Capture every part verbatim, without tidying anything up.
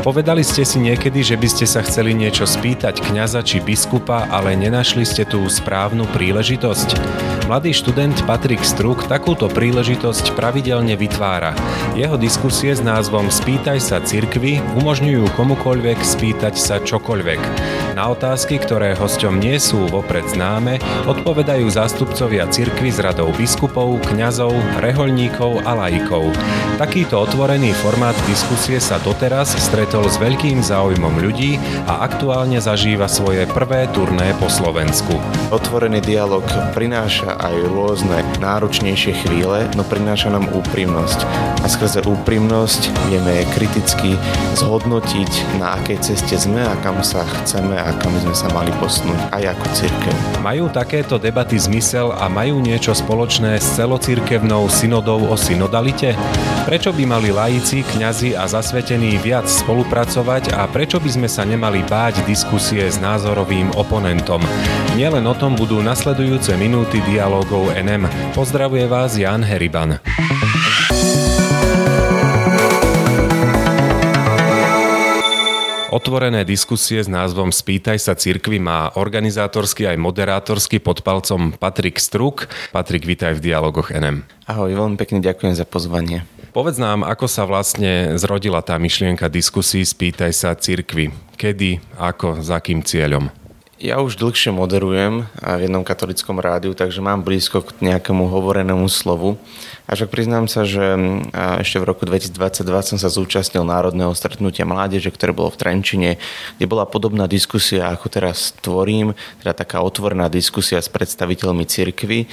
Povedali ste si niekedy, že by ste sa chceli niečo spýtať kňaza či biskupa, ale nenašli ste tú správnu príležitosť? Mladý študent Patrik Struk takúto príležitosť pravidelne vytvára. Jeho diskusie s názvom Spýtaj sa cirkvi umožňujú komukoľvek spýtať sa čokoľvek. Na otázky, ktoré hosťom nie sú vopred známe, odpovedajú zástupcovia cirkvi z radou biskupov, kňazov, rehoľníkov a laikov. Takýto otvorený formát diskusie sa doteraz stretol s veľkým záujmom ľudí a aktuálne zažíva svoje prvé turné po Slovensku. Otvorený dialog prináša aj rôzne náročnejšie chvíle, no prináša nám úprimnosť. A skrze úprimnosť vieme kriticky zhodnotiť, na akej ceste sme a kam sa chceme a kam sme sa mali posunúť aj ako cirkev. Majú takéto debaty zmysel a majú niečo spoločné s celocirkevnou synodou o synodalite? Prečo by mali laici, kňazi a zasvetení viac spolupracovať a prečo by sme sa nemali báť diskusie s názorovým oponentom? Nielen o tom budú nasledujúce minúty dialógov en em. Pozdravuje vás Ján Heriban. Otvorené diskusie s názvom Spýtaj sa cirkvi má organizátorsky aj moderátorsky pod palcom Patrik Struk. Patrik, vítaj v dialógoch en em. Ahoj, veľmi pekne ďakujem za pozvanie. Povedz nám, ako sa vlastne zrodila tá myšlienka diskusí Spýtaj sa cirkvi. Kedy, ako, za akým cieľom? Ja už dlhšie moderujem v jednom katolickom rádiu, takže mám blízko k nejakému hovorenému slovu. Avšak priznám sa, že ešte v roku dvetisícdvadsaťdva som sa zúčastnil národného stretnutia mládeže, ktoré bolo v Trenčine, kde bola podobná diskusia, ako teraz tvorím, teda taká otvorená diskusia s predstaviteľmi cirkvi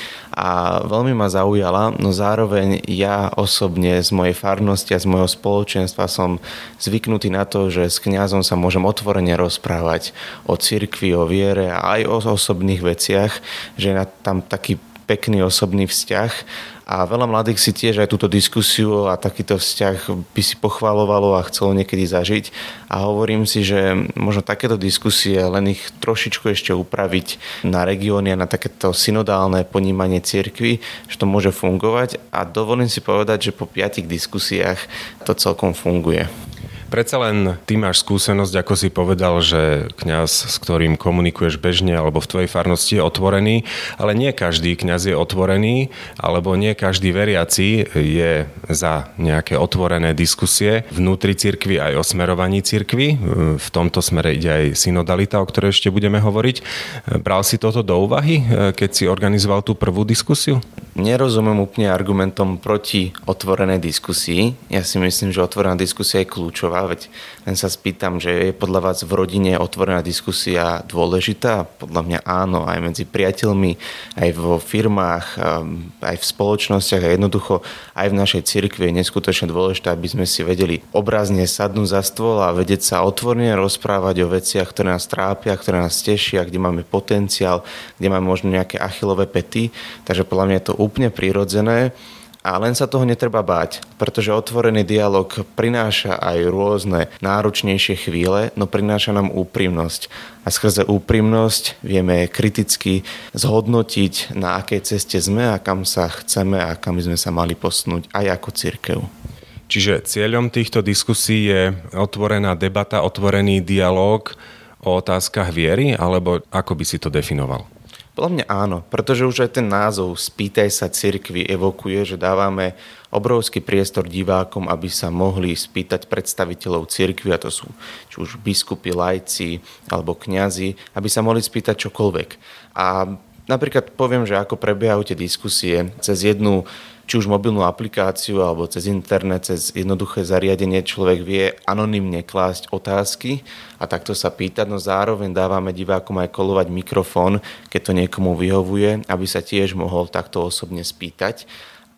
a veľmi ma zaujala, no zároveň ja osobne z mojej farnosti a z môjho spoločenstva som zvyknutý na to, že s kňazom sa môžem otvorene rozprávať o cirkvi, o viere a aj o osobných veciach, že je tam taký pekný osobný vzťah a veľa mladých si tiež aj túto diskusiu a takýto vzťah by si pochvalovalo a chcelo niekedy zažiť a hovorím si, že možno takéto diskusie len ich trošičku ešte upraviť na regióny a na takéto synodálne ponímanie cirkvi, že to môže fungovať a dovolím si povedať, že po piatich diskusiách to celkom funguje. Predsa len ty máš skúsenosť, ako si povedal, že kňaz, s ktorým komunikuješ bežne alebo v tvojej farnosti je otvorený, ale nie každý kňaz je otvorený, alebo nie každý veriaci je za nejaké otvorené diskusie vnútri cirkvi aj o smerovaní cirkvi. V tomto smere ide aj synodalita, o ktorej ešte budeme hovoriť. Bral si toto do úvahy, keď si organizoval tú prvú diskusiu? Nerozumiem úplne argumentom proti otvorenej diskusii. Ja si myslím, že otvorená diskusia je kľúčová. Veď len sa spýtam, že je podľa vás v rodine otvorená diskusia dôležitá? Podľa mňa áno, aj medzi priateľmi, aj vo firmách, aj v spoločnostiach a jednoducho aj v našej cirkvi je neskutočne dôležité, aby sme si vedeli obrazne sadnúť za stôl a vedieť sa otvorene rozprávať o veciach, ktoré nás trápia, ktoré nás tešia, kde máme potenciál, kde máme možno nejaké achillové päty. Takže podľa mňa je to úplne prirodzené. A len sa toho netreba báť, pretože otvorený dialog prináša aj rôzne náročnejšie chvíle, no prináša nám úprimnosť. A skrze úprimnosť vieme kriticky zhodnotiť, na akej ceste sme a kam sa chceme a kam by sme sa mali posunúť aj ako cirkev. Čiže cieľom týchto diskusí je otvorená debata, otvorený dialog o otázkach viery, alebo ako by si to definoval? Podľa mňa áno, pretože už aj ten názov Spýtaj sa cirkvi evokuje, že dávame obrovský priestor divákom, aby sa mohli spýtať predstaviteľov cirkvi, a to sú či už biskupy, laici alebo kňazi, aby sa mohli spýtať čokoľvek. A napríklad poviem, že ako prebiehajú tie diskusie cez jednu či už mobilnú aplikáciu alebo cez internet, cez jednoduché zariadenie človek vie anonymne klásť otázky a takto sa pýtať, no zároveň dávame divákom aj kolovať mikrofón, keď to niekomu vyhovuje, aby sa tiež mohol takto osobne spýtať.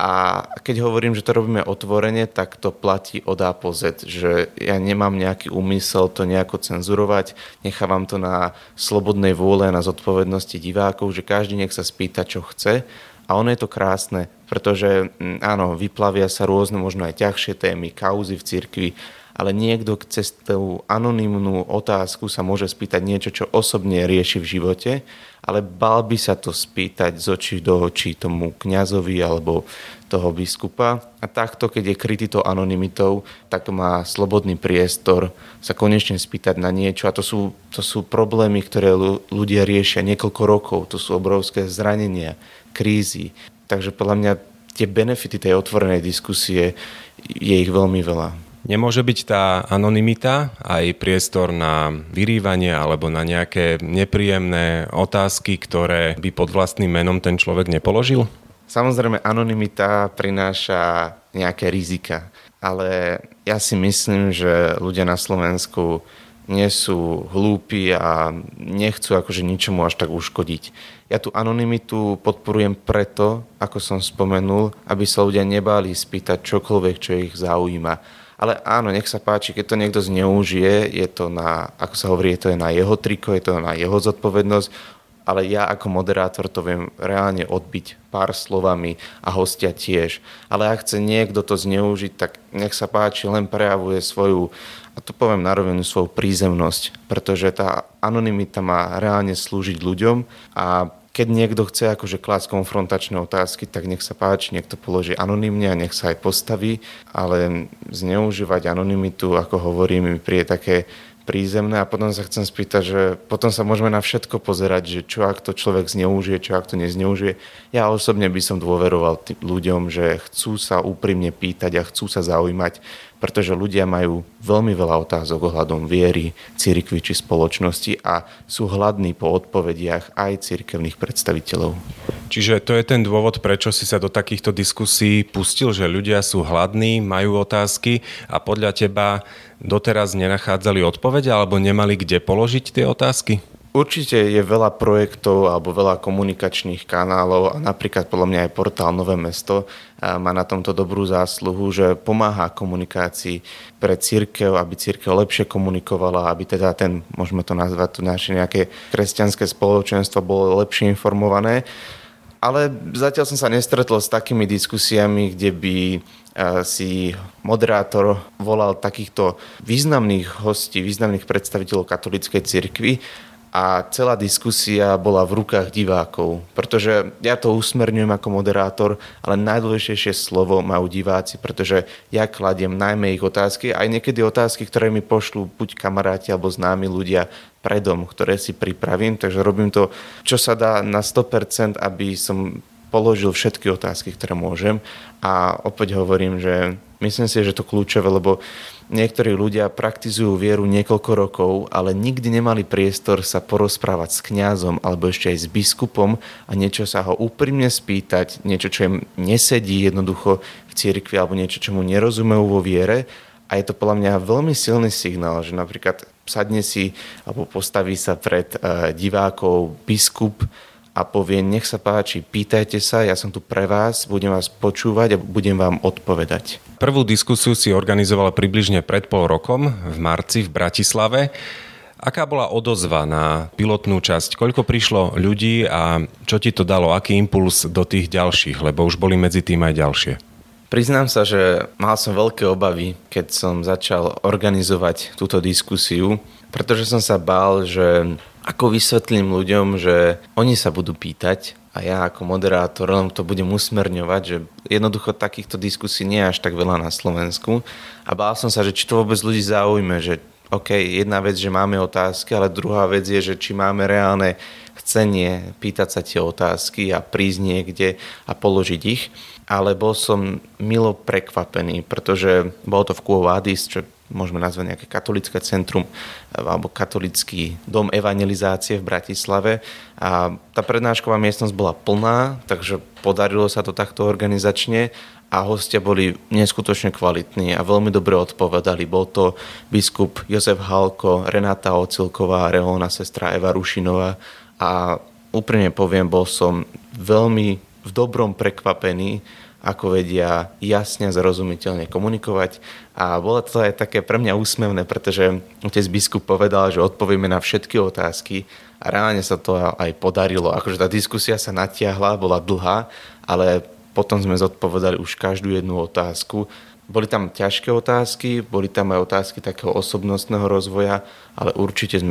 A keď hovorím, že to robíme otvorene, tak to platí od A po Z, že ja nemám nejaký úmysel to nejako cenzurovať, nechávam to na slobodnej vôle a na zodpovednosti divákov, že každý nech sa spýta, čo chce. A ono je to krásne, pretože áno, vyplavia sa rôzne, možno aj ťažšie témy, kauzy v cirkvi, ale niekto cez tú anonymnú otázku sa môže spýtať niečo, čo osobne rieši v živote, ale bal by sa to spýtať z očí do očí tomu kňazovi alebo toho biskupa. A takto, keď je krytý tou anonymitou, tak má slobodný priestor sa konečne spýtať na niečo. A to sú, to sú problémy, ktoré ľudia riešia niekoľko rokov. To sú obrovské zranenia, krízy. Takže podľa mňa tie benefity tej otvorenej diskusie, je ich veľmi veľa. Nemôže byť tá anonymita aj priestor na vyrývanie alebo na nejaké nepríjemné otázky, ktoré by pod vlastným menom ten človek nepoložil? Samozrejme, anonymita prináša nejaké rizika, ale ja si myslím, že ľudia na Slovensku nie sú hlúpi a nechcú akože ničomu až tak uškodiť. Ja tú anonymitu podporujem preto, ako som spomenul, aby sa ľudia nebáli spýtať čokoľvek, čo ich zaujíma. Ale áno, nech sa páči, keď to niekto zneužije, je to na, ako sa hovorí, je to na jeho triko, je to na jeho zodpovednosť, ale ja ako moderátor to viem reálne odbiť pár slovami a hostia tiež. Ale ak chce niekto to zneužiť, tak nech sa páči, len prejavuje svoju, a to poviem na rovinu, svoju prízemnosť, pretože tá anonymita má reálne slúžiť ľuďom a keď niekto chce akože klásť konfrontačné otázky, tak nech sa páči, nech to položí anonymne a nech sa aj postaví, ale zneužívať anonymitu, ako hovorím, mi príde také prízemné a potom sa chcem spýtať, že potom sa môžeme na všetko pozerať, že čo ak to človek zneužije, čo ak to nezneužije. Ja osobne by som dôveroval tým ľuďom, že chcú sa úprimne pýtať a chcú sa zaujímať, pretože ľudia majú veľmi veľa otázok ohľadom viery, cirkvi či spoločnosti a sú hladní po odpovediach aj cirkevných predstaviteľov. Čiže to je ten dôvod, prečo si sa do takýchto diskusí pustil, že ľudia sú hladní, majú otázky a podľa teba doteraz nenachádzali odpovede alebo nemali kde položiť tie otázky? Určite je veľa projektov alebo veľa komunikačných kanálov a napríklad podľa mňa aj portál Nové mesto má na tomto dobrú zásluhu, že pomáha komunikácii pre cirkev, aby cirkev lepšie komunikovala, aby teda ten, môžeme to nazvať, tu naše nejaké kresťanské spoločenstvo bolo lepšie informované. Ale zatiaľ som sa nestretol s takými diskusiami, kde by si moderátor volal takýchto významných hostí, významných predstaviteľov katolíckej cirkvi a celá diskusia bola v rukách divákov. Pretože ja to usmerňujem ako moderátor, ale najdôležitejšie slovo majú diváci, pretože ja kladiem najmä ich otázky, aj niekedy otázky, ktoré mi pošlú buď kamaráti alebo známi ľudia predom, ktoré si pripravím. Takže robím to, čo sa dá na sto percent, aby som položil všetky otázky, ktoré môžem. A opäť hovorím, že myslím si, že to kľúčové, lebo niektorí ľudia praktizujú vieru niekoľko rokov, ale nikdy nemali priestor sa porozprávať s kňazom alebo ešte aj s biskupom a niečo sa ho úprimne spýtať, niečo, čo im nesedí jednoducho v cirkvi alebo niečo, čo mu nerozumejú vo viere. A je to podľa mňa veľmi silný signál, že napríklad sadne si alebo postaví sa pred divákov biskup a povie, nech sa páči, pýtajte sa, ja som tu pre vás, budem vás počúvať a budem vám odpovedať. Prvú diskusiu si organizovala približne pred pol rokom v marci v Bratislave. Aká bola odozva na pilotnú časť? Koľko prišlo ľudí a čo ti to dalo? Aký impuls do tých ďalších? Lebo už boli medzi tým aj ďalšie. Priznám sa, že mal som veľké obavy, keď som začal organizovať túto diskusiu, pretože som sa bál, že ako vysvetlím ľuďom, že oni sa budú pýtať a ja ako moderátor len to budem usmerňovať, že jednoducho takýchto diskusí nie je až tak veľa na Slovensku a bál som sa, že či to vôbec ľudí zaujme, že OK, jedna vec, že máme otázky, ale druhá vec je, že či máme reálne chcenie pýtať sa tie otázky a prísť niekde a položiť ich. Ale bol som milo prekvapený, pretože bolo to v Quo Vadis, čo môžeme nazvať nejaké katolické centrum alebo katolický dom evangelizácie v Bratislave. A tá prednášková miestnosť bola plná, takže podarilo sa to takto organizačne a hostia boli neskutočne kvalitní a veľmi dobre odpovedali. Bol to biskup Jozef Halko, Renáta Ocilková, reholná sestra Eva Rušinová a úprimne poviem, bol som veľmi v dobrom prekvapený, ako vedia jasne a zrozumiteľne komunikovať. A bolo to aj také pre mňa úsmevné, pretože otec biskup povedal, že odpovieme na všetky otázky a reálne sa to aj podarilo. Akože tá diskusia sa natiahla, bola dlhá, ale potom sme zodpovedali už každú jednu otázku. Boli tam ťažké otázky, boli tam aj otázky takého osobnostného rozvoja, ale určite sme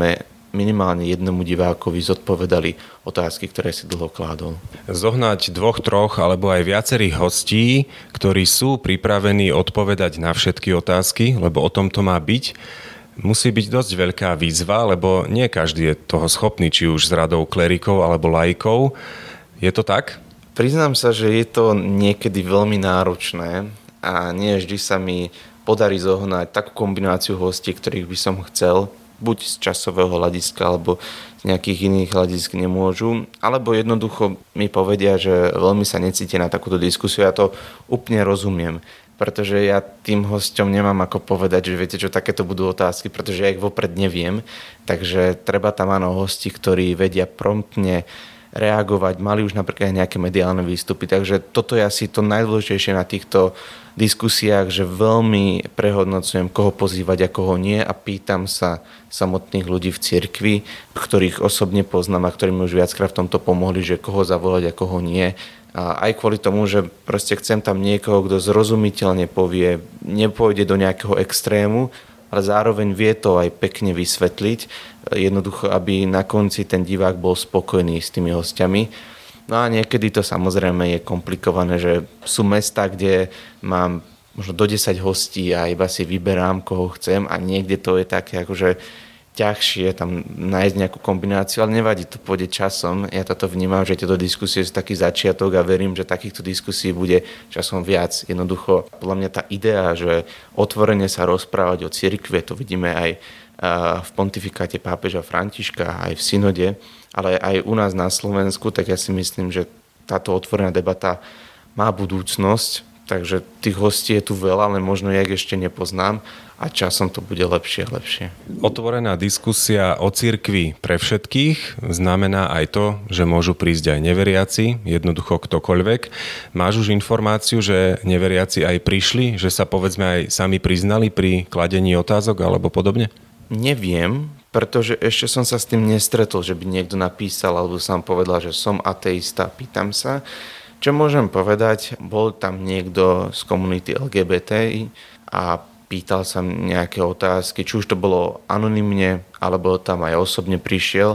minimálne jednomu divákovi zodpovedali otázky, ktoré si dlho kládol. Zohnať dvoch, troch alebo aj viacerých hostí, ktorí sú pripravení odpovedať na všetky otázky, lebo o tom to má byť, musí byť dosť veľká výzva, lebo nie každý je toho schopný, či už s radou klerikov alebo laikov. Je to tak? Priznám sa, že je to niekedy veľmi náročné a nie vždy sa mi podarí zohnať takú kombináciu hostí, ktorých by som chcel, buď z časového hľadiska, alebo z nejakých iných hľadisk nemôžu, alebo jednoducho mi povedia, že veľmi sa necítia na takúto diskusiu. Ja to úplne rozumiem, pretože ja tým hosťom nemám ako povedať, že viete čo, takéto budú otázky, pretože ja ich vopred neviem, takže treba tam áno hosti, ktorí vedia promptne reagovať, mali už napríklad nejaké mediálne výstupy, takže toto je asi to najdôležitejšie na týchto diskusiách, že veľmi prehodnocujem, koho pozývať a koho nie a pýtam sa samotných ľudí v cirkvi, ktorých osobne poznám a ktorí mi už viackrát v tomto pomohli, že koho zavolať a koho nie. A aj kvôli tomu, že proste chcem tam niekoho, kto zrozumiteľne povie, nepôjde do nejakého extrému, ale zároveň vie to aj pekne vysvetliť, jednoducho, aby na konci ten divák bol spokojný s tými hostiami. No a niekedy to samozrejme je komplikované, že sú mestá, kde mám možno do desať hostí a iba si vyberám, koho chcem a niekde to je také akože ťažšie tam nájsť nejakú kombináciu, ale nevadí, to pôjde časom. Ja toto vnímam, že tieto diskusie sú taký začiatok a verím, že takýchto diskusí bude časom viac. Jednoducho, podľa mňa tá idea, že otvorene sa rozprávať o cirkvi, to vidíme aj v pontifikáte pápeža Františka, aj v synode, ale aj u nás na Slovensku, tak ja si myslím, že táto otvorená debata má budúcnosť, takže tých hostí je tu veľa, ale možno ja ich ešte nepoznám a časom to bude lepšie a lepšie. Otvorená diskusia o cirkvi pre všetkých znamená aj to, že môžu prísť aj neveriaci, jednoducho ktokoľvek. Máš už informáciu, že neveriaci aj prišli, že sa povedzme aj sami priznali pri kladení otázok alebo podobne? Neviem, pretože ešte som sa s tým nestretol, že by niekto napísal alebo sám povedal, že som ateista, pýtam sa. Čo môžem povedať, bol tam niekto z komunity el gé bé té a pýtal sa nejaké otázky, či už to bolo anonymne, alebo tam aj osobne prišiel,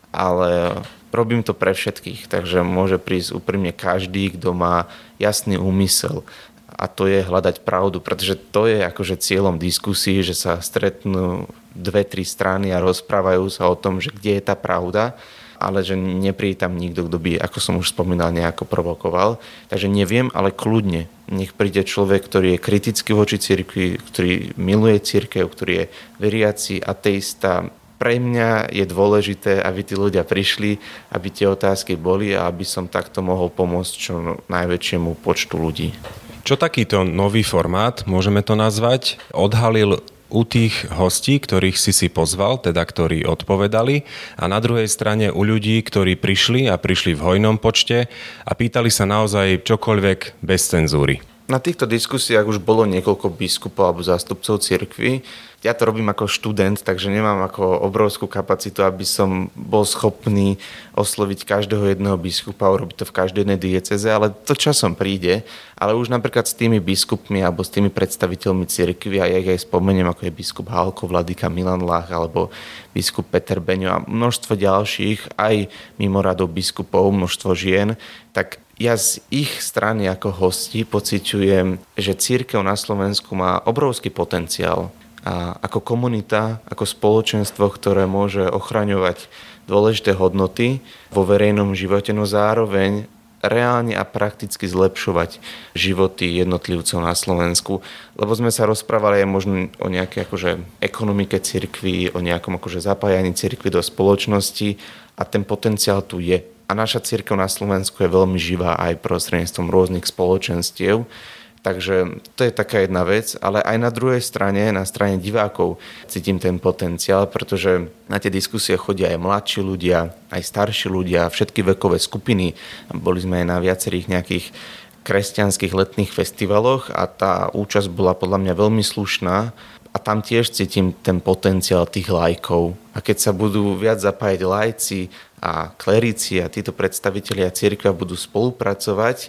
ale robím to pre všetkých, takže môže prísť úprimne každý, kto má jasný úmysel. A to je hľadať pravdu, pretože to je akože cieľom diskusí, že sa stretnú dve, tri strany a rozprávajú sa o tom, že kde je tá pravda, ale že nepríde tam nikto, kto by, ako som už spomínal, nejako provokoval. Takže neviem, ale kľudne. Nech príde človek, ktorý je kritický voči cirkvi, ktorý miluje cirkev, ktorý je veriaci, ateista. Pre mňa je dôležité, aby tí ľudia prišli, aby tie otázky boli a aby som takto mohol pomôcť čo najväčšiemu počtu ľudí. Čo takýto nový formát, môžeme to nazvať, odhalil u tých hostí, ktorých si si pozval, teda ktorí odpovedali, a na druhej strane u ľudí, ktorí prišli a prišli v hojnom počte a pýtali sa naozaj čokoľvek bez cenzúry? Na týchto diskusiách už bolo niekoľko biskupov alebo zástupcov cirkvi. Ja to robím ako študent, takže nemám ako obrovskú kapacitu, aby som bol schopný osloviť každého jedného biskupa, urobiť to v každej jednej diecéze, ale to časom príde. Ale už napríklad s tými biskupmi alebo s tými predstaviteľmi cirkvi, a ja ich aj spomeniem, ako je biskup Hálko, vladyka Milan Lach alebo biskup Peter Beňo a množstvo ďalších, aj mimo radov biskupov, množstvo žien, tak ja z ich strany ako hostí pociťujem, že cirkev na Slovensku má obrovský potenciál. A ako komunita, ako spoločenstvo, ktoré môže ochraňovať dôležité hodnoty vo verejnom živote, no zároveň reálne a prakticky zlepšovať životy jednotlivcov na Slovensku. Lebo sme sa rozprávali aj možno o nejakej akože ekonomike cirkvi, o nejakom akože zapájaní cirkvi do spoločnosti a ten potenciál tu je. A naša cirkev na Slovensku je veľmi živá aj prostredníctvom rôznych spoločenstiev. Takže to je taká jedna vec, ale aj na druhej strane, na strane divákov cítim ten potenciál, pretože na tie diskusie chodia aj mladší ľudia, aj starší ľudia, všetky vekové skupiny. Boli sme aj na viacerých nejakých kresťanských letných festivaloch a tá účasť bola podľa mňa veľmi slušná a tam tiež cítim ten potenciál tých laikov. A keď sa budú viac zapájať laici a klerici a títo predstavitelia cirkvi budú spolupracovať,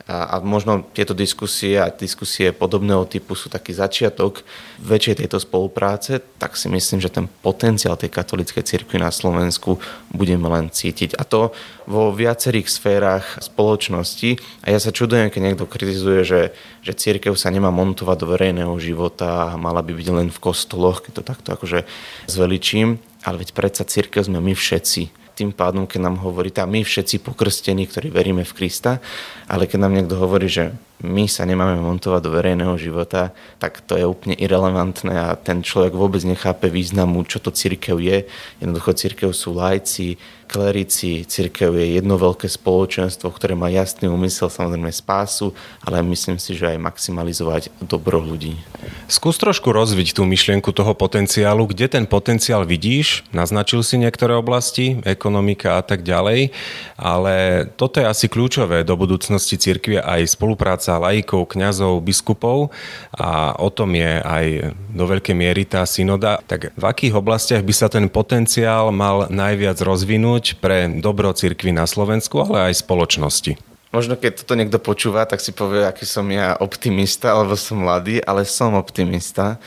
A, a možno tieto diskusie a diskusie podobného typu sú taký začiatok väčšej tejto spolupráce, tak si myslím, že ten potenciál tej katolíckej cirkvi na Slovensku budeme len cítiť. A to vo viacerých sférach spoločnosti. A ja sa čudujem, keď niekto kritizuje, že, že cirkev sa nemá montovať do verejného života a mala by byť len v kostoloch, keď to takto akože zveličím. Ale veď predsa cirkev sme my všetci. Tým pádom, keď nám hovorí, tá my všetci pokrstení, ktorí veríme v Krista, ale keď nám niekto hovorí, že my sa nemáme montovať do verejného života, tak to je úplne irelevantné a ten človek vôbec nechápe významu, čo to cirkev je. Jednoducho cirkev sú laici, klerici, cirkev je jedno veľké spoločenstvo, ktoré má jasný úmysel, samozrejme spásu, ale myslím si, že aj maximalizovať dobro ľudí. Skús trošku rozviť tú myšlienku toho potenciálu. Kde ten potenciál vidíš? Naznačil si niektoré oblasti, ekonomika a tak ďalej, ale toto je asi kľúčové do budúcnosti cirkvi, aj spolupráca laikov, kňazov, biskupov a o tom je aj do veľkej miery tá synoda. Tak v akých oblastiach by sa ten potenciál mal najviac rozvinúť pre dobro cirkvi na Slovensku, ale aj spoločnosti? Možno keď toto niekto počúva, tak si povie, aký som ja optimista, alebo som mladý, ale som optimista,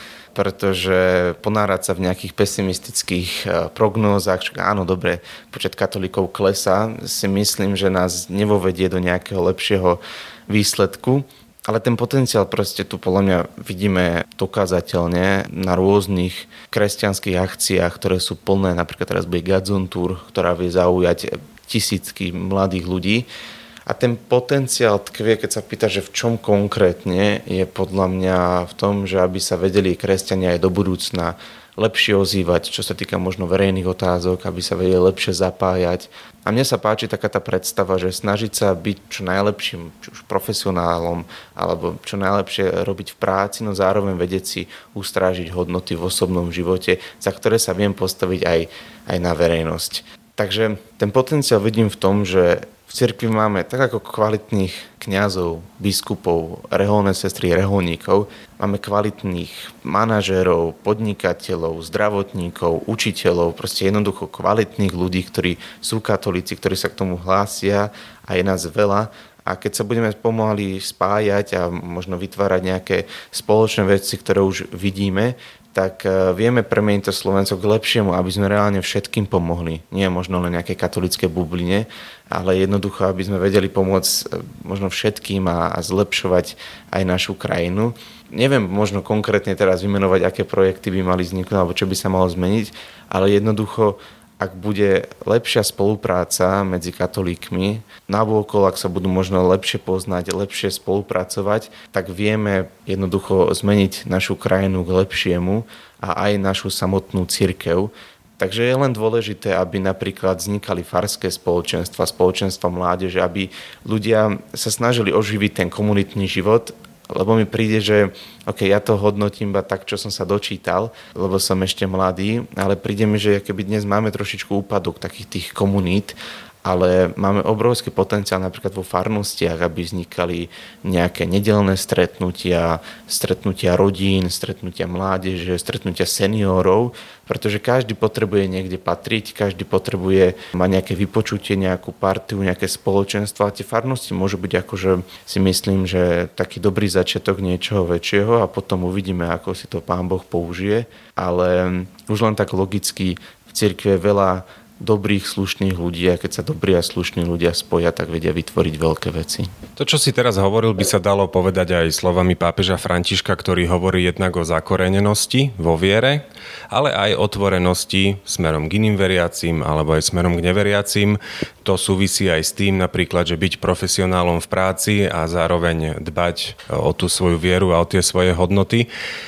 pretože ponárať sa v nejakých pesimistických prognózach, čo áno, dobre, počet katolíkov klesá, si myslím, že nás nevovedie do nejakého lepšieho výsledku. Ale ten potenciál proste tu podľa mňa vidíme dokázateľne na rôznych kresťanských akciách, ktoré sú plné, napríklad teraz bude Gadzon Tour, ktorá vie zaujať tisícky mladých ľudí. A ten potenciál tkvie, keď sa pýta, že v čom konkrétne, je podľa mňa v tom, že aby sa vedeli kresťania aj do budúcna lepšie ozývať, čo sa týka možno verejných otázok, aby sa vedeli lepšie zapájať. A mne sa páči taká tá predstava, že snažiť sa byť čo najlepším, či už profesionálom, alebo čo najlepšie robiť v práci, no zároveň vedieť si ustrážiť hodnoty v osobnom živote, za ktoré sa viem postaviť aj, aj na verejnosť. Takže ten potenciál vidím v tom, že v cirkvi máme tak ako kvalitných kňazov, biskupov, reholné sestry, reholníkov, máme kvalitných manažérov, podnikateľov, zdravotníkov, učiteľov, proste jednoducho kvalitných ľudí, ktorí sú katolíci, ktorí sa k tomu hlásia a je nás veľa. A keď sa budeme pomaly spájať a možno vytvárať nejaké spoločné veci, ktoré už vidíme, tak vieme premeniť to Slovensko k lepšiemu, aby sme reálne všetkým pomohli. Nie možno len nejakej katolíckej bubline, ale jednoducho, aby sme vedeli pomôcť možno všetkým a, a zlepšovať aj našu krajinu. Neviem možno konkrétne teraz vymenovať, aké projekty by mali vzniknúť, alebo čo by sa malo zmeniť, ale jednoducho, ak bude lepšia spolupráca medzi katolíkmi, navôkol, ak sa budú možno lepšie poznať, lepšie spolupracovať, tak vieme jednoducho zmeniť našu krajinu k lepšiemu a aj našu samotnú cirkev. Takže je len dôležité, aby napríklad vznikali farské spoločenstva, spoločenstva mládeže, aby ľudia sa snažili oživiť ten komunitný život, lebo mi príde, že ok, ja to hodnotím iba tak, čo som sa dočítal, lebo som ešte mladý, ale príde mi, že keby dnes máme trošičku úpadok takých tých komunít, ale máme obrovský potenciál napríklad vo farnostiach, aby vznikali nejaké nedeľné stretnutia, stretnutia rodín, stretnutia mládeže, stretnutia seniorov, pretože každý potrebuje niekde patriť, každý potrebuje mať nejaké vypočutie, nejakú partiu, nejaké spoločenstvo a tie farnosti môžu byť akože si myslím, že taký dobrý začiatok niečoho väčšieho a potom uvidíme, ako si to Pán Boh použije, ale už len tak logicky v cirkvi je veľa dobrých, slušných ľudí a keď sa dobrí a slušní ľudia spoja, tak vedia vytvoriť veľké veci. To, čo si teraz hovoril, by sa dalo povedať aj slovami pápeža Františka, ktorý hovorí jednak o zakorenenosti vo viere, ale aj otvorenosti smerom k iným veriacim alebo aj smerom k neveriacim. To súvisí aj s tým napríklad, že byť profesionálom v práci a zároveň dbať o tú svoju vieru a o tie svoje hodnoty.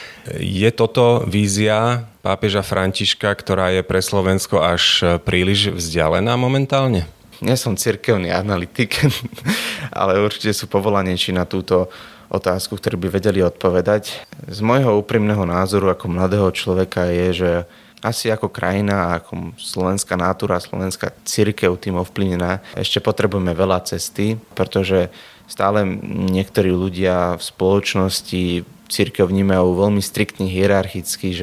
Je toto vízia pápeža Františka, ktorá je pre Slovensko až príliš vzdialená momentálne? Nie som cirkevný analytik, ale určite sú povolanejší na túto otázku, ktorí by vedeli odpovedať. Z môjho úprimného názoru ako mladého človeka je, že asi ako krajina, ako slovenská natúra, slovenská cirkev tým ovplyvnená, ešte potrebujeme veľa cesty, pretože stále niektorí ľudia v spoločnosti cirkev vnímajú veľmi striktne hierarchicky, že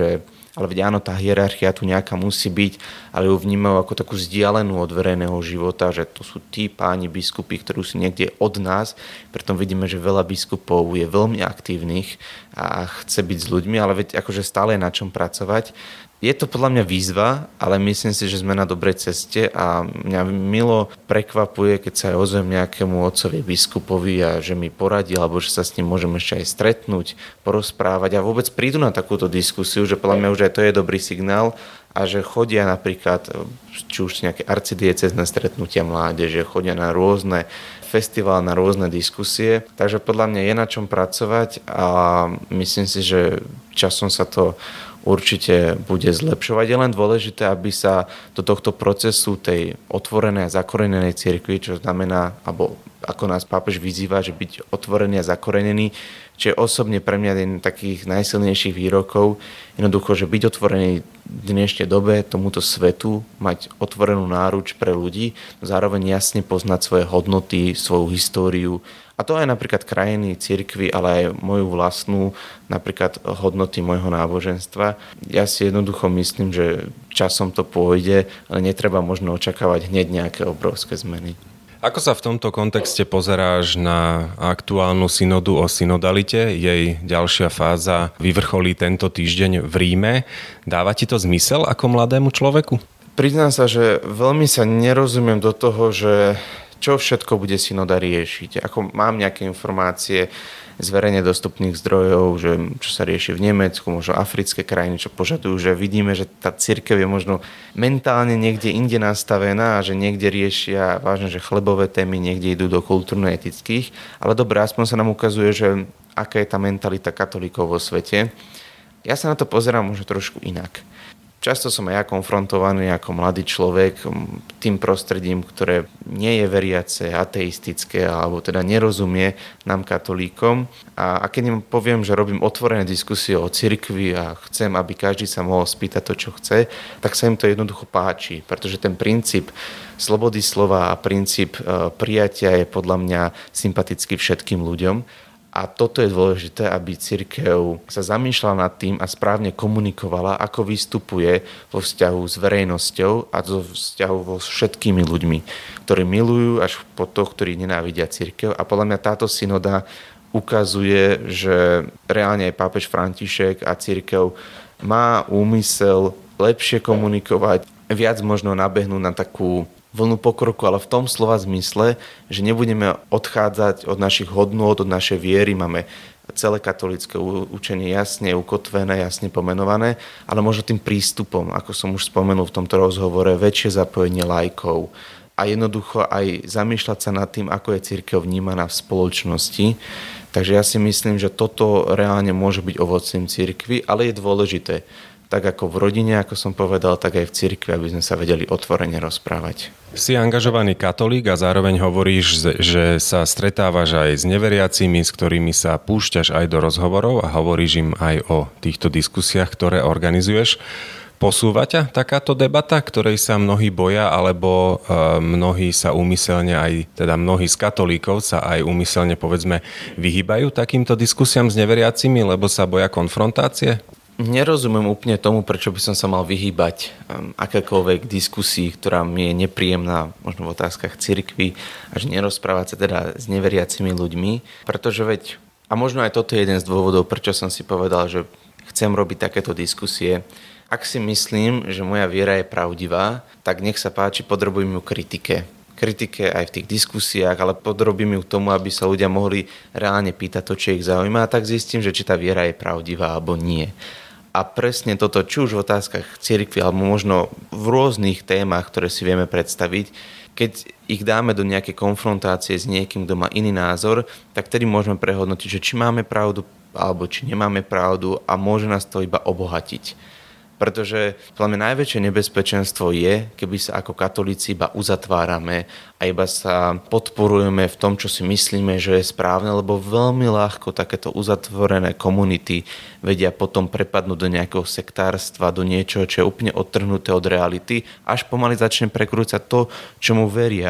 ale veď áno, tá hierarchia tu nejaká musí byť, ale ju vnímajú ako takú vzdialenú od verejného života, že to sú tí páni biskupy, ktorí sú niekde od nás, preto vidíme, že veľa biskupov je veľmi aktívnych a chce byť s ľuďmi, ale veď akože stále je na čom pracovať. Je to podľa mňa výzva, ale myslím si, že sme na dobrej ceste a mňa milo prekvapuje, keď sa aj ozvem nejakému otcovi biskupovi a že mi poradí, alebo že sa s ním môžem ešte aj stretnúť, porozprávať a vôbec prídu na takúto diskusiu, že podľa mňa už aj to je dobrý signál a že chodia napríklad, či už nejaké arcidiecézne stretnutia mládeže, chodia na rôzne festivály, na rôzne diskusie, takže podľa mňa je na čom pracovať a myslím si, že časom sa to určite bude zlepšovať. Je len dôležité, aby sa do tohto procesu tej otvorenej a zakorenenej cirkvi, čo znamená, alebo ako nás pápež vyzýva, že byť otvorený a zakorenený, čo je osobne pre mňa jeden z takých najsilnejších výrokov, jednoducho, že byť otvorený v dnešnej dobe tomuto svetu, mať otvorenú náruč pre ľudí, zároveň jasne poznať svoje hodnoty, svoju históriu, a to aj napríklad krajiny, cirkvi, ale aj moju vlastnú, napríklad hodnoty môjho náboženstva. Ja si jednoducho myslím, že časom to pôjde, ale netreba možno očakávať hneď nejaké obrovské zmeny. Ako sa v tomto kontexte pozeráš na aktuálnu synodu o synodalite? Jej ďalšia fáza vyvrcholí tento týždeň v Ríme. Dáva ti to zmysel ako mladému človeku? Priznám sa, že veľmi sa nerozumiem do toho, že čo všetko bude synoda riešiť. Ako mám nejaké informácie z verejne dostupných zdrojov, že čo sa rieši v Nemecku, možno africké krajiny, čo požadujú, že vidíme, že tá cirkev je možno mentálne niekde inde nastavená a že niekde riešia vážne, že chlebové témy, niekde idú do kultúrno-etických. Ale dobre, aspoň sa nám ukazuje, že aká je tá mentalita katolíkov vo svete. Ja sa na to pozerám možno trošku inak. Často som aj ja konfrontovaný ako mladý človek tým prostredím, ktoré nie je veriace, ateistické, alebo teda nerozumie nám katolíkom. A, a keď im poviem, že robím otvorené diskusie o cirkvi a chcem, aby každý sa mohol spýtať to, čo chce, tak sa im to jednoducho páči, pretože ten princíp slobody slova a princíp prijatia je podľa mňa sympatický všetkým ľuďom. A toto je dôležité, aby cirkev sa zamýšľala nad tým a správne komunikovala, ako vystupuje vo vzťahu s verejnosťou a vo vzťahu vo všetkými ľuďmi, ktorí milujú až po to, ktorí nenávidia cirkev. A podľa mňa táto synoda ukazuje, že reálne aj pápež František a cirkev má úmysel lepšie komunikovať, viac možno nabehnúť na takú vlnu pokroku, ale v tom slova zmysle, že nebudeme odchádzať od našich hodnôt, od našej viery, máme celé katolícke učenie jasne ukotvené, jasne pomenované, ale možno tým prístupom, ako som už spomenul v tomto rozhovore, väčšie zapojenie laikov a jednoducho aj zamýšľať sa nad tým, ako je cirkev vnímaná v spoločnosti. Takže ja si myslím, že toto reálne môže byť ovocím cirkvi, ale je dôležité, tak ako v rodine, ako som povedal, tak aj v cirkvi, aby sme sa vedeli otvorene rozprávať. Si angažovaný katolík a zároveň hovoríš, že sa stretávaš aj s neveriacimi, s ktorými sa púšťaš aj do rozhovorov a hovoríš im aj o týchto diskusiách, ktoré organizuješ. Posúva ťa takáto debata, ktorej sa mnohí boja, alebo e, mnohí sa úmyselne aj, teda mnohí z katolíkov sa aj úmyselne, povedzme, vyhýbajú takýmto diskusiám s neveriacimi, lebo sa boja konfrontácie? Nerozumiem úplne tomu, prečo by som sa mal vyhýbať akékoľvek diskusii, ktorá mi je nepríjemná, možno v otázkach cirkvi, až nerozprávať sa teda s neveriacimi ľuďmi, pretože veď, a možno aj toto je jeden z dôvodov, prečo som si povedal, že chcem robiť takéto diskusie. Ak si myslím, že moja viera je pravdivá, tak nech sa páči, podrobujem ju kritike. Kritike aj v tých diskusiách, ale podrobím ju tomu, aby sa ľudia mohli reálne pýtať to, čo ich zaujíma, a tak zistím, že či tá viera je pravdivá alebo nie. A presne toto, či už v otázkach cirkvi, alebo možno v rôznych témach, ktoré si vieme predstaviť, keď ich dáme do nejakej konfrontácie s niekým, kto má iný názor, tak tedy môžeme prehodnotiť, že či máme pravdu, alebo či nemáme pravdu, a môže nás to iba obohatiť. Pretože podľa mňa najväčšie nebezpečenstvo je, keby sa ako katolíci iba uzatvárame a iba sa podporujeme v tom, čo si myslíme, že je správne, lebo veľmi ľahko takéto uzatvorené komunity vedia potom prepadnúť do nejakého sektárstva, do niečoho, čo je úplne odtrhnuté od reality, až pomaly začne prekrúcať to, čomu veria,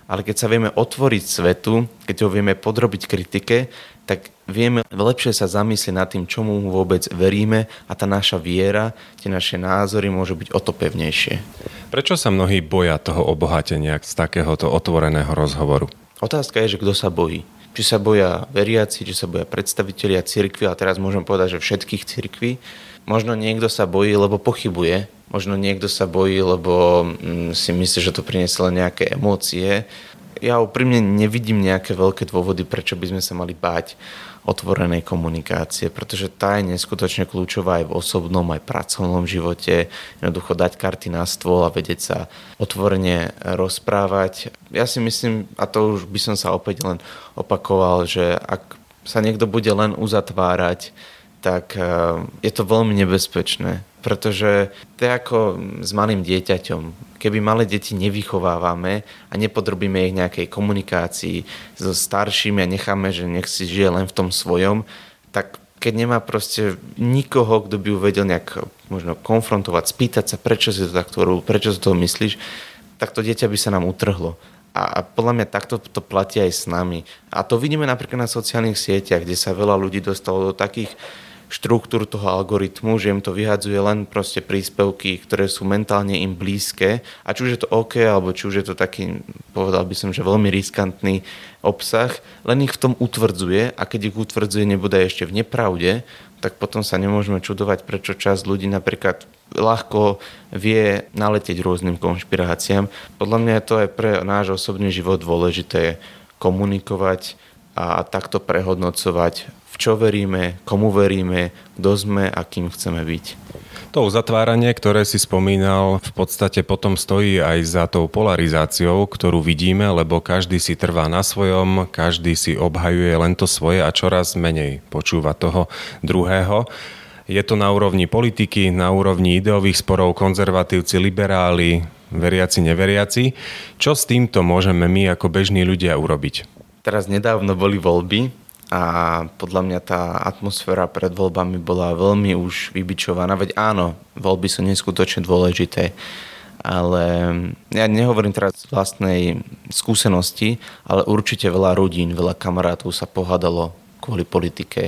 ale keď sa vieme otvoriť svetu, keď ho vieme podrobiť kritike, tak vieme lepšie sa zamyslieť nad tým, čomu vôbec veríme a tá naša viera, tie naše názory môžu byť o to pevnejšie. Prečo sa mnohí boja toho obohatenia z takéhoto otvoreného rozhovoru? Otázka je, že kto sa bojí. Či sa boja veriaci, či sa boja predstavitelia cirkvi, a teraz môžem povedať, že všetkých cirkví. Možno niekto sa bojí, lebo pochybuje. Možno niekto sa bojí, lebo si myslí, že to priniesie len nejaké emócie. Ja úprimne nevidím nejaké veľké dôvody, prečo by sme sa mali báť otvorenej komunikácie, pretože tá je neskutočne kľúčová aj v osobnom, aj pracovnom živote. Jednoducho dať karty na stôl a vedieť sa otvorene rozprávať. Ja si myslím, a to už by som sa opäť len opakoval, že ak sa niekto bude len uzatvárať, tak je to veľmi nebezpečné, pretože to je ako s malým dieťaťom. Keby malé deti nevychovávame a nepodrobíme ich nejakej komunikácii so staršími a necháme, že nech si žije len v tom svojom, tak keď nemá proste nikoho, kto by ju vedel nejak možno konfrontovať, spýtať sa, prečo si to takto robil, prečo si to myslíš, tak to dieťa by sa nám utrhlo. A podľa mňa takto to platí aj s nami. A to vidíme napríklad na sociálnych sieťach, kde sa veľa ľudí dostalo do takých štruktúr toho algoritmu, že im to vyhadzuje len proste príspevky, ktoré sú mentálne im blízke. A či už je to OK, alebo či už je to taký, povedal by som, že veľmi riskantný obsah, len ich v tom utvrdzuje, a keď ich utvrdzuje nebude ešte v nepravde, tak potom sa nemôžeme čudovať, prečo časť ľudí napríklad ľahko vie naletieť rôznym konšpiráciám. Podľa mňa je to aj pre náš osobný život dôležité komunikovať a takto prehodnocovať, v čo veríme, komu veríme, kto sme a kým chceme byť. To uzatváranie, ktoré si spomínal, v podstate potom stojí aj za tou polarizáciou, ktorú vidíme, lebo každý si trvá na svojom, každý si obhajuje len to svoje a čoraz menej počúva toho druhého. Je to na úrovni politiky, na úrovni ideových sporov, konzervatívci, liberáli, veriaci, neveriaci. Čo s týmto môžeme my ako bežní ľudia urobiť? Teraz nedávno boli voľby a podľa mňa tá atmosféra pred voľbami bola veľmi už vybičovaná. Veď áno, voľby sú neskutočne dôležité, ale ja nehovorím teraz z vlastnej skúsenosti, ale určite veľa rodín, veľa kamarátov sa pohádalo kvôli politike.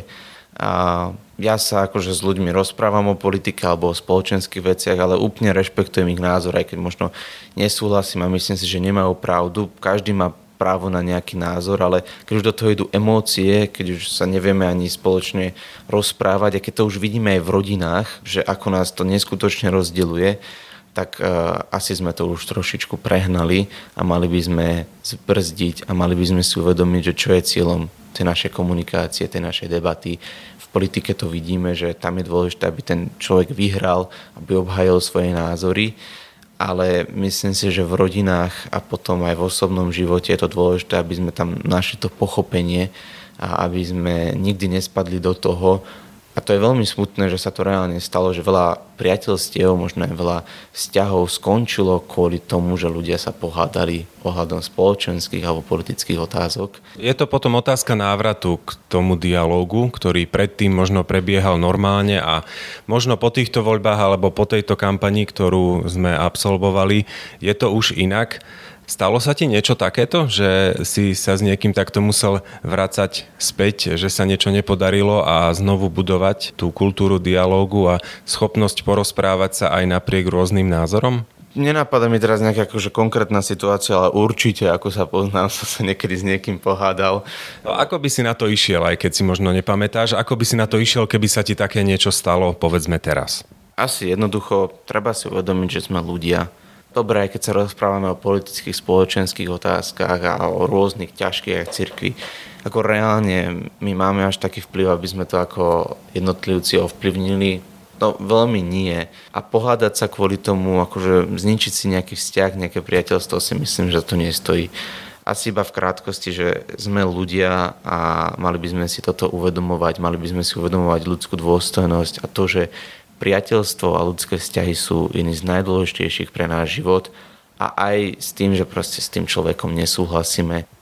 A ja sa akože s ľuďmi rozprávam o politike alebo o spoločenských veciach, ale úplne rešpektujem ich názor, aj keď možno nesúhlasím a myslím si, že nemajú pravdu. Každý má právo na nejaký názor, ale keď už do toho idú emócie, keď už sa nevieme ani spoločne rozprávať a keď to už vidíme aj v rodinách, že ako nás to neskutočne rozdeľuje, tak uh, asi sme to už trošičku prehnali a mali by sme zbrzdiť a mali by sme si uvedomiť, že čo je cieľom tej našej komunikácie, tej našej debaty. V politike to vidíme, že tam je dôležité, aby ten človek vyhral, aby obhajil svoje názory, ale myslím si, že v rodinách a potom aj v osobnom živote je to dôležité, aby sme tam našli to pochopenie a aby sme nikdy nespadli do toho. A to je veľmi smutné, že sa to reálne stalo, že veľa priateľstiev, možno aj veľa vzťahov skončilo kvôli tomu, že ľudia sa pohádali ohľadom spoločenských alebo politických otázok. Je to potom otázka návratu k tomu dialógu, ktorý predtým možno prebiehal normálne a možno po týchto voľbách alebo po tejto kampani, ktorú sme absolvovali, je to už inak. Stalo sa ti niečo takéto, že si sa s niekým takto musel vracať späť, že sa niečo nepodarilo a znovu budovať tú kultúru dialógu a schopnosť porozprávať sa aj napriek rôznym názorom? Nenapadá mi teraz nejaká akože konkrétna situácia, ale určite, ako sa poznám, som sa niekedy s niekým pohádal. No, ako by si na to išiel, aj keď si možno nepamätáš, ako by si na to išiel, keby sa ti také niečo stalo, povedzme teraz? Asi jednoducho, treba si uvedomiť, že sme ľudia. Dobre, aj keď sa rozprávame o politických, spoločenských otázkach a o rôznych ťažkých cirkvi, ako reálne my máme až taký vplyv, aby sme to ako jednotlivci ovplyvnili. No veľmi nie. A pohádať sa kvôli tomu, akože zničiť si nejaký vzťah, nejaké priateľstvo, si myslím, že to nestojí. Asi iba v krátkosti, že sme ľudia a mali by sme si toto uvedomovať, mali by sme si uvedomovať ľudskú dôstojnosť a to, že priateľstvo a ľudské vzťahy sú jedny z najdôležitejších pre náš život a aj s tým, že proste s tým človekom nesúhlasíme,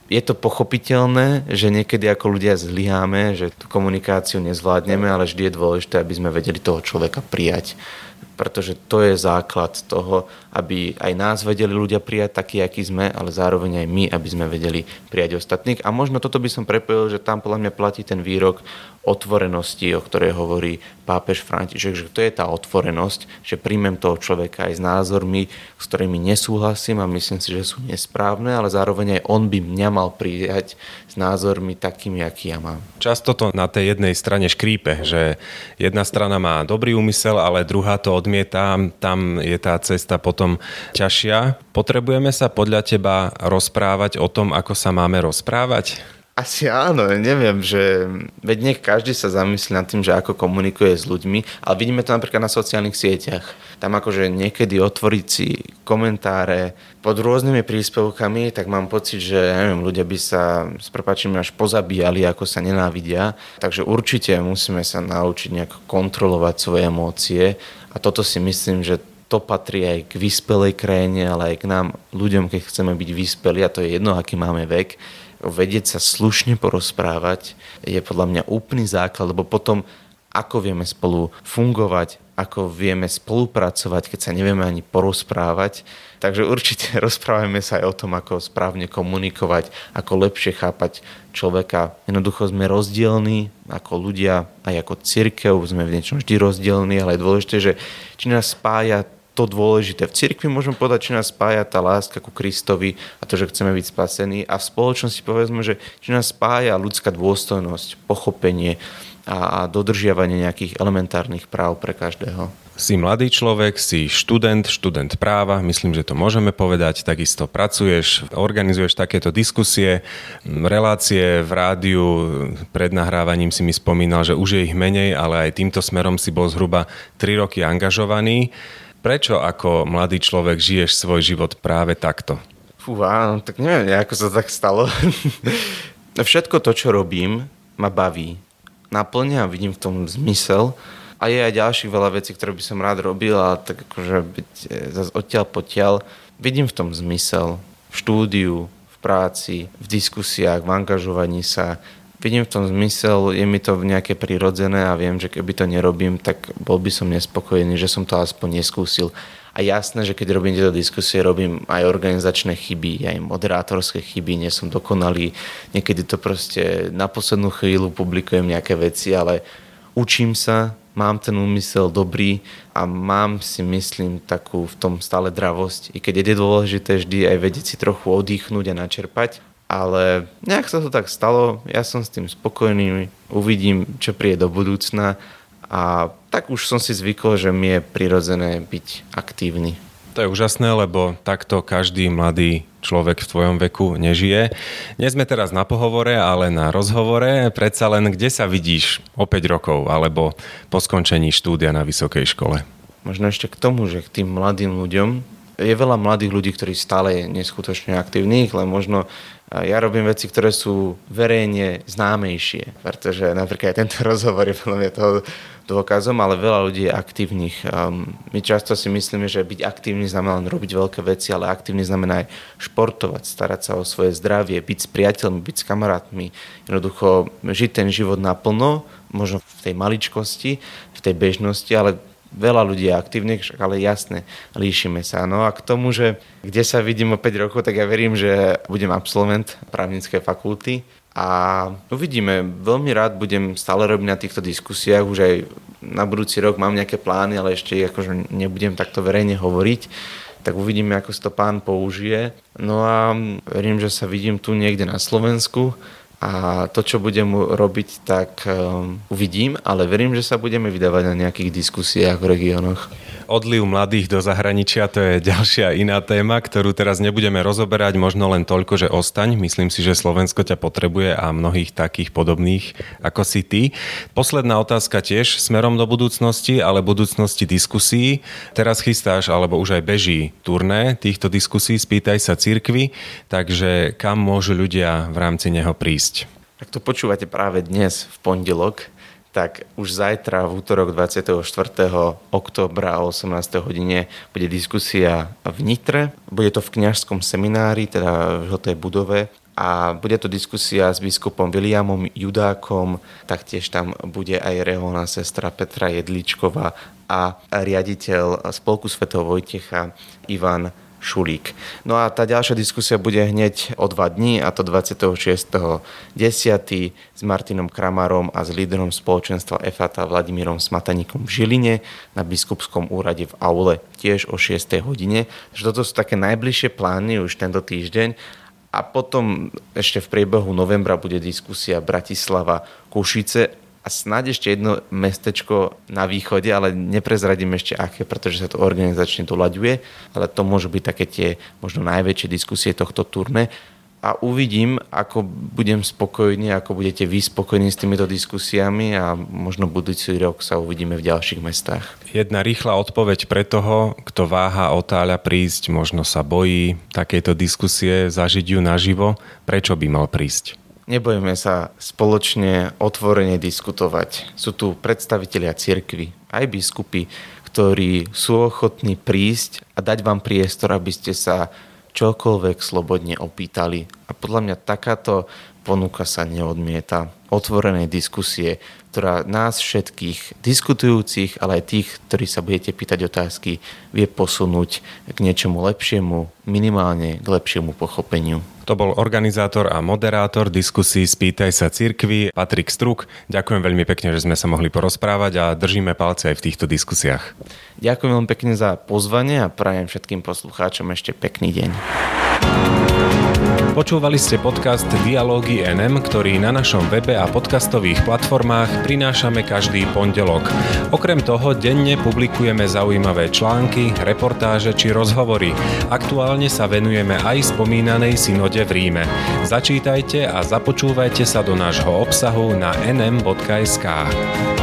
Je to pochopiteľné, že niekedy ako ľudia zlyháme, že tú komunikáciu nezvládneme, ale vždy je dôležité, aby sme vedeli toho človeka prijať. Pretože to je základ toho, aby aj nás vedeli ľudia prijať taký, aký sme, ale zároveň aj my, aby sme vedeli prijať ostatných. A možno toto by som prepojil, že tam podľa mňa platí ten výrok otvorenosti, o ktorej hovorí pápež František, že to je tá otvorenosť, že príjmem toho človeka aj s názormi, s ktorými nesúhlasím a myslím si, že sú nesprávne, ale zároveň aj on by mňa mal prijať s názormi takými, aký ja mám. Často to na tej jednej strane škrípe, že jedna strana má dobrý úmysel, ale druhá to odmieta, tam je tá cesta potom ťažšia. Potrebujeme sa podľa teba rozprávať o tom, ako sa máme rozprávať? Asi áno, neviem, že veď nech každý sa zamyslí nad tým, že ako komunikuje s ľuďmi, ale vidíme to napríklad na sociálnych sieťach. Tam akože niekedy otvoriť si komentáre pod rôznymi príspevkami, tak mám pocit, že neviem, ľudia by sa s prepáčením až pozabíjali, ako sa nenávidia. Takže určite musíme sa naučiť nejako kontrolovať svoje emócie a toto si myslím, že to patrí aj k vyspelej krajine, ale aj k nám, ľuďom, keď chceme byť vyspelí, a to je jedno, aký máme vek, vedieť sa slušne porozprávať je podľa mňa úplný základ, lebo potom ako vieme spolu fungovať, ako vieme spolupracovať, keď sa nevieme ani porozprávať. Takže určite rozprávame sa aj o tom, ako správne komunikovať, ako lepšie chápať človeka. Jednoducho sme rozdielní ako ľudia, aj ako cirkev, sme v niečom vždy rozdielní, ale je dôležité, že či nás spája to dôležité. V cirkvi môžeme povedať, či nás spája tá láska ku Kristovi a to, že chceme byť spasení. A v spoločnosti povedzme, že či nás spája ľudská dôstojnosť, pochopenie a dodržiavanie nejakých elementárnych práv pre každého. Si mladý človek, si študent, študent práva, myslím, že to môžeme povedať, takisto pracuješ, organizuješ takéto diskusie, relácie v rádiu, pred nahrávaním si mi spomínal, že už je ich menej, ale aj týmto smerom si bol zhruba tri roky angažovaný. Prečo ako mladý človek žiješ svoj život práve takto? Fúha, tak neviem, ako sa tak stalo. Všetko to, čo robím, ma baví. Naplňa, vidím v tom zmysel. A je aj ďalších veľa vecí, ktoré by som rád robil, ale tak akože byť zase odtiaľ potiaľ. Vidím v tom zmysel. V štúdiu, v práci, v diskusiách, v angažovaní sa. Vidím v tom zmysel, je mi to nejaké prirodzené a viem, že keby to nerobím, tak bol by som nespokojný, že som to aspoň neskúsil. A jasné, že keď robím tieto diskusie, robím aj organizačné chyby, aj moderátorské chyby, nie som dokonalý. Niekedy to proste na poslednú chvíľu publikujem nejaké veci, ale učím sa, mám ten úmysel dobrý a mám si, myslím, takú v tom stále dravosť. I keď je dôležité vždy aj vedieť si trochu oddychnúť a načerpať. Ale nejak sa to tak stalo, ja som s tým spokojný, uvidím, čo príde do budúcna a tak už som si zvykol, že mi je prirodzené byť aktívny. To je úžasné, lebo takto každý mladý človek v tvojom veku nežije. Nie sme teraz na pohovore, ale na rozhovore. Predsa len, kde sa vidíš o päť rokov alebo po skončení štúdia na vysokej škole? Možno ešte k tomu, že k tým mladým ľuďom, je veľa mladých ľudí, ktorí stále je neskutočne aktívnych, len možno ja robím veci, ktoré sú verejne známejšie, pretože napríklad aj tento rozhovor je veľmi toho dôkazom, ale veľa ľudí je aktívnych. My často si myslíme, že byť aktívny znamená len robiť veľké veci, ale aktívny znamená aj športovať, starať sa o svoje zdravie, byť s priateľmi, byť s kamarátmi, jednoducho žiť ten život naplno, možno v tej maličkosti, v tej bežnosti, ale veľa ľudí je aktívnych, ale jasne, líšime sa. No a k tomu, že kde sa vidím o päť rokov, tak ja verím, že budem absolvent právnickej fakulty a uvidíme. Veľmi rád budem stále robiť na týchto diskusiách, už aj na budúci rok mám nejaké plány, ale ešte akože nebudem takto verejne hovoriť, tak uvidíme, ako si to pán použije. No a verím, že sa vidím tu niekde na Slovensku, a to, čo budem robiť, tak um, uvidím, ale verím, že sa budeme vydávať na nejakých diskusiách v regiónoch. Odliv mladých do zahraničia, to je ďalšia iná téma, ktorú teraz nebudeme rozoberať, možno len toľko, že ostaň. Myslím si, že Slovensko ťa potrebuje a mnohých takých podobných ako si ty. Posledná otázka tiež smerom do budúcnosti, ale budúcnosti diskusí. Teraz chystáš, alebo už aj beží turné týchto diskusí Spýtaj sa cirkvi, takže kam môžu ľudia v rámci neho prísť? Ak to počúvate práve dnes, v pondelok, tak už zajtra v útorok dvadsiateho štvrtého októbra o osemnástej hodine bude diskusia v Nitre. Bude to v kňažskom seminári, teda v žltej budove. a bude to diskusia s biskupom Viliamom Judákom, taktiež tam bude aj reholná sestra Petra Jedličková a riaditeľ Spolku svätého Vojtecha Ivan Šulík. No a tá ďalšia diskusia bude hneď o dva dní, a to dvadsiateho šiesteho desiateho s Martinom Kramárom a s lídrom spoločenstva Efata Vladimírom Smataníkom v Žiline na biskupskom úrade v aule tiež o šiestej hodine. Toto sú také najbližšie plány už tento týždeň. A potom ešte v priebehu novembra bude diskusia Bratislava Košice a snáď ešte jedno mestečko na východe, ale neprezradím ešte aké, pretože sa to organizačne doľaďuje, ale to môžu byť také tie možno najväčšie diskusie tohto turné. A uvidím, ako budem spokojný, ako budete vy spokojní s týmito diskusiami a možno budúci rok sa uvidíme v ďalších mestách. Jedna rýchla odpoveď pre toho, kto váha, otáľa prísť, možno sa bojí takejto diskusie, zažiť ju naživo. Prečo by mal prísť? Nebojme sa spoločne otvorene diskutovať. Sú tu predstavitelia cirkvi, aj biskupy, ktorí sú ochotní prísť a dať vám priestor, aby ste sa čokoľvek slobodne opýtali. A podľa mňa takáto ponuka sa neodmieta. Otvorenej diskusie, ktorá nás všetkých diskutujúcich, ale aj tých, ktorí sa budete pýtať otázky, vie posunúť k niečomu lepšiemu, minimálne k lepšiemu pochopeniu. To bol organizátor a moderátor diskusí Spýtaj sa cirkvi Patrik Struk. Ďakujem veľmi pekne, že sme sa mohli porozprávať a držíme palce aj v týchto diskusiách. Ďakujem veľmi pekne za pozvanie a prajem všetkým poslucháčom ešte pekný deň. Počúvali ste podcast Dialógy en em, ktorý na našom webe a podcastových platformách prinášame každý pondelok. Okrem toho denne publikujeme zaujímavé články, reportáže či rozhovory. Aktuálne sa venujeme aj spomínanej synode v Ríme. Začítajte a započúvajte sa do nášho obsahu na en em bodka es ká.